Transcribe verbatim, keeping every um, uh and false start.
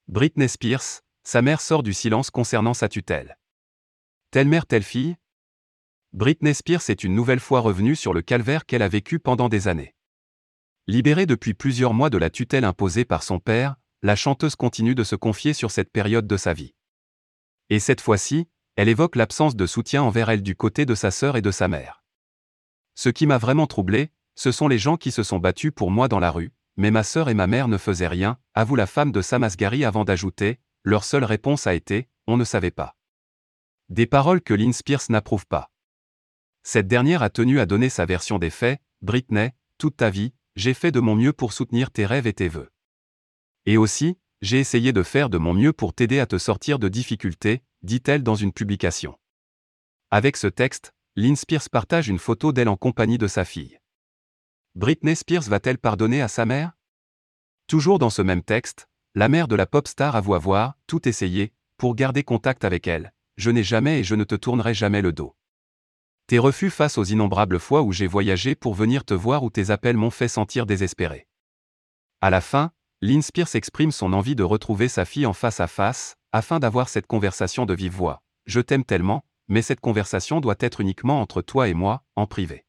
Britney Spears, sa mère sort du silence concernant sa tutelle. Telle mère, telle fille? Britney Spears est une nouvelle fois revenue sur le calvaire qu'elle a vécu pendant des années. Libérée depuis plusieurs mois de la tutelle imposée par son père, la chanteuse continue de se confier sur cette période de sa vie. Et cette fois-ci, elle évoque l'absence de soutien envers elle du côté de sa sœur et de sa mère. Ce qui m'a vraiment troublé, ce sont les gens qui se sont battus pour moi dans la rue, mais ma sœur et ma mère ne faisaient rien, avoue la femme de Sam Asghari avant d'ajouter, leur seule réponse a été, on ne savait pas. Des paroles que Lynn Spears n'approuve pas. Cette dernière a tenu à donner sa version des faits. Britney, toute ta vie, j'ai fait de mon mieux pour soutenir tes rêves et tes vœux. Et aussi, j'ai essayé de faire de mon mieux pour t'aider à te sortir de difficultés, dit-elle dans une publication. Avec ce texte, Lynn Spears partage une photo d'elle en compagnie de sa fille. Britney Spears va-t-elle pardonner à sa mère? Toujours dans ce même texte, la mère de la pop star avoue avoir tout essayé pour garder contact avec elle. Je n'ai jamais et je ne te tournerai jamais le dos. Tes refus face aux innombrables fois où j'ai voyagé pour venir te voir ou tes appels m'ont fait sentir désespéré. À la fin, Lynn Spears exprime son envie de retrouver sa fille en face à face, afin d'avoir cette conversation de vive voix. Je t'aime tellement, mais cette conversation doit être uniquement entre toi et moi, en privé.